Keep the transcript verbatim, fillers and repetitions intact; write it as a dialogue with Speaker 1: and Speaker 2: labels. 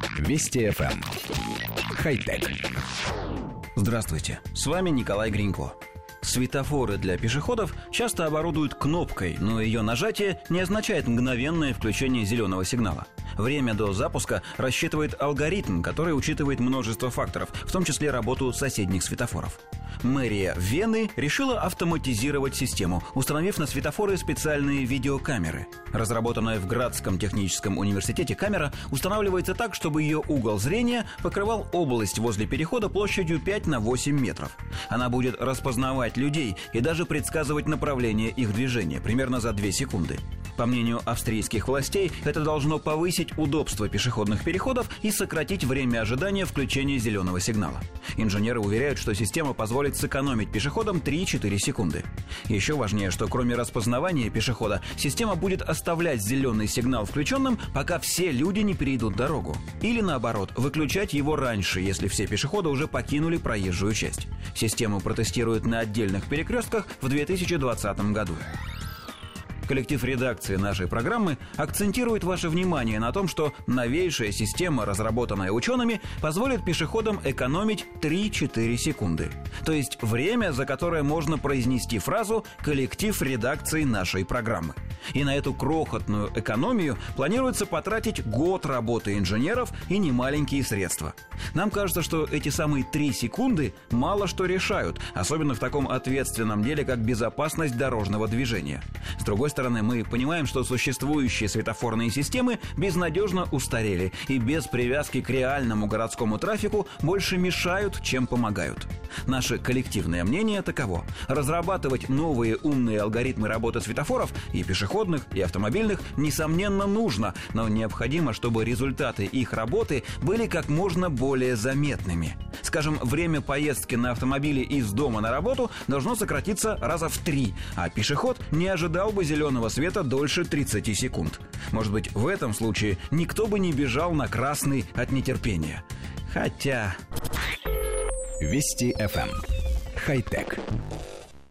Speaker 1: Вести эф эм. Хай-тек.
Speaker 2: Здравствуйте, с вами Николай Гринько. Светофоры для пешеходов часто оборудуют кнопкой, но ее нажатие не означает мгновенное включение зеленого сигнала. Время до запуска рассчитывает алгоритм, который учитывает множество факторов, в том числе работу соседних светофоров. Мэрия Вены решила автоматизировать систему, установив на светофоры специальные видеокамеры. Разработанная в Градском техническом университете камера устанавливается так, чтобы ее угол зрения покрывал область возле перехода площадью пять на восемь метров. Она будет распознавать людей и даже предсказывать направление их движения примерно за две секунды. По мнению австрийских властей, это должно повысить удобство пешеходных переходов и сократить время ожидания включения зеленого сигнала. Инженеры уверяют, что система позволит сэкономить пешеходам три-четыре секунды. Еще важнее, что кроме распознавания пешехода, система будет оставлять зеленый сигнал включенным, пока все люди не перейдут дорогу. Или наоборот, выключать его раньше, если все пешеходы уже покинули проезжую часть. Систему протестируют на отдельных перекрестках в две тысячи двадцатом году. Коллектив редакции нашей программы акцентирует ваше внимание на том, что новейшая система, разработанная учеными, позволит пешеходам экономить три-четыре секунды. То есть время, за которое можно произнести фразу «коллектив редакции нашей программы». И на эту крохотную экономию планируется потратить год работы инженеров и немаленькие средства. Нам кажется, что эти самые три секунды мало что решают, особенно в таком ответственном деле, как безопасность дорожного движения. С другой стороны, мы понимаем, что существующие светофорные системы безнадежно устарели и без привязки к реальному городскому трафику больше мешают, чем помогают. Наше коллективное мнение таково: разрабатывать новые умные алгоритмы работы светофоров и пешеходных, и автомобильных, несомненно, нужно, но необходимо, чтобы результаты их работы были как можно более заметными. Скажем, время поездки на автомобиле из дома на работу должно сократиться раза в три, а пешеход не ожидал бы зеленого света дольше тридцати секунд. Может быть, в этом случае никто бы не бежал на красный от нетерпения. Хотя...
Speaker 1: Вести эф эм. Хай-тек.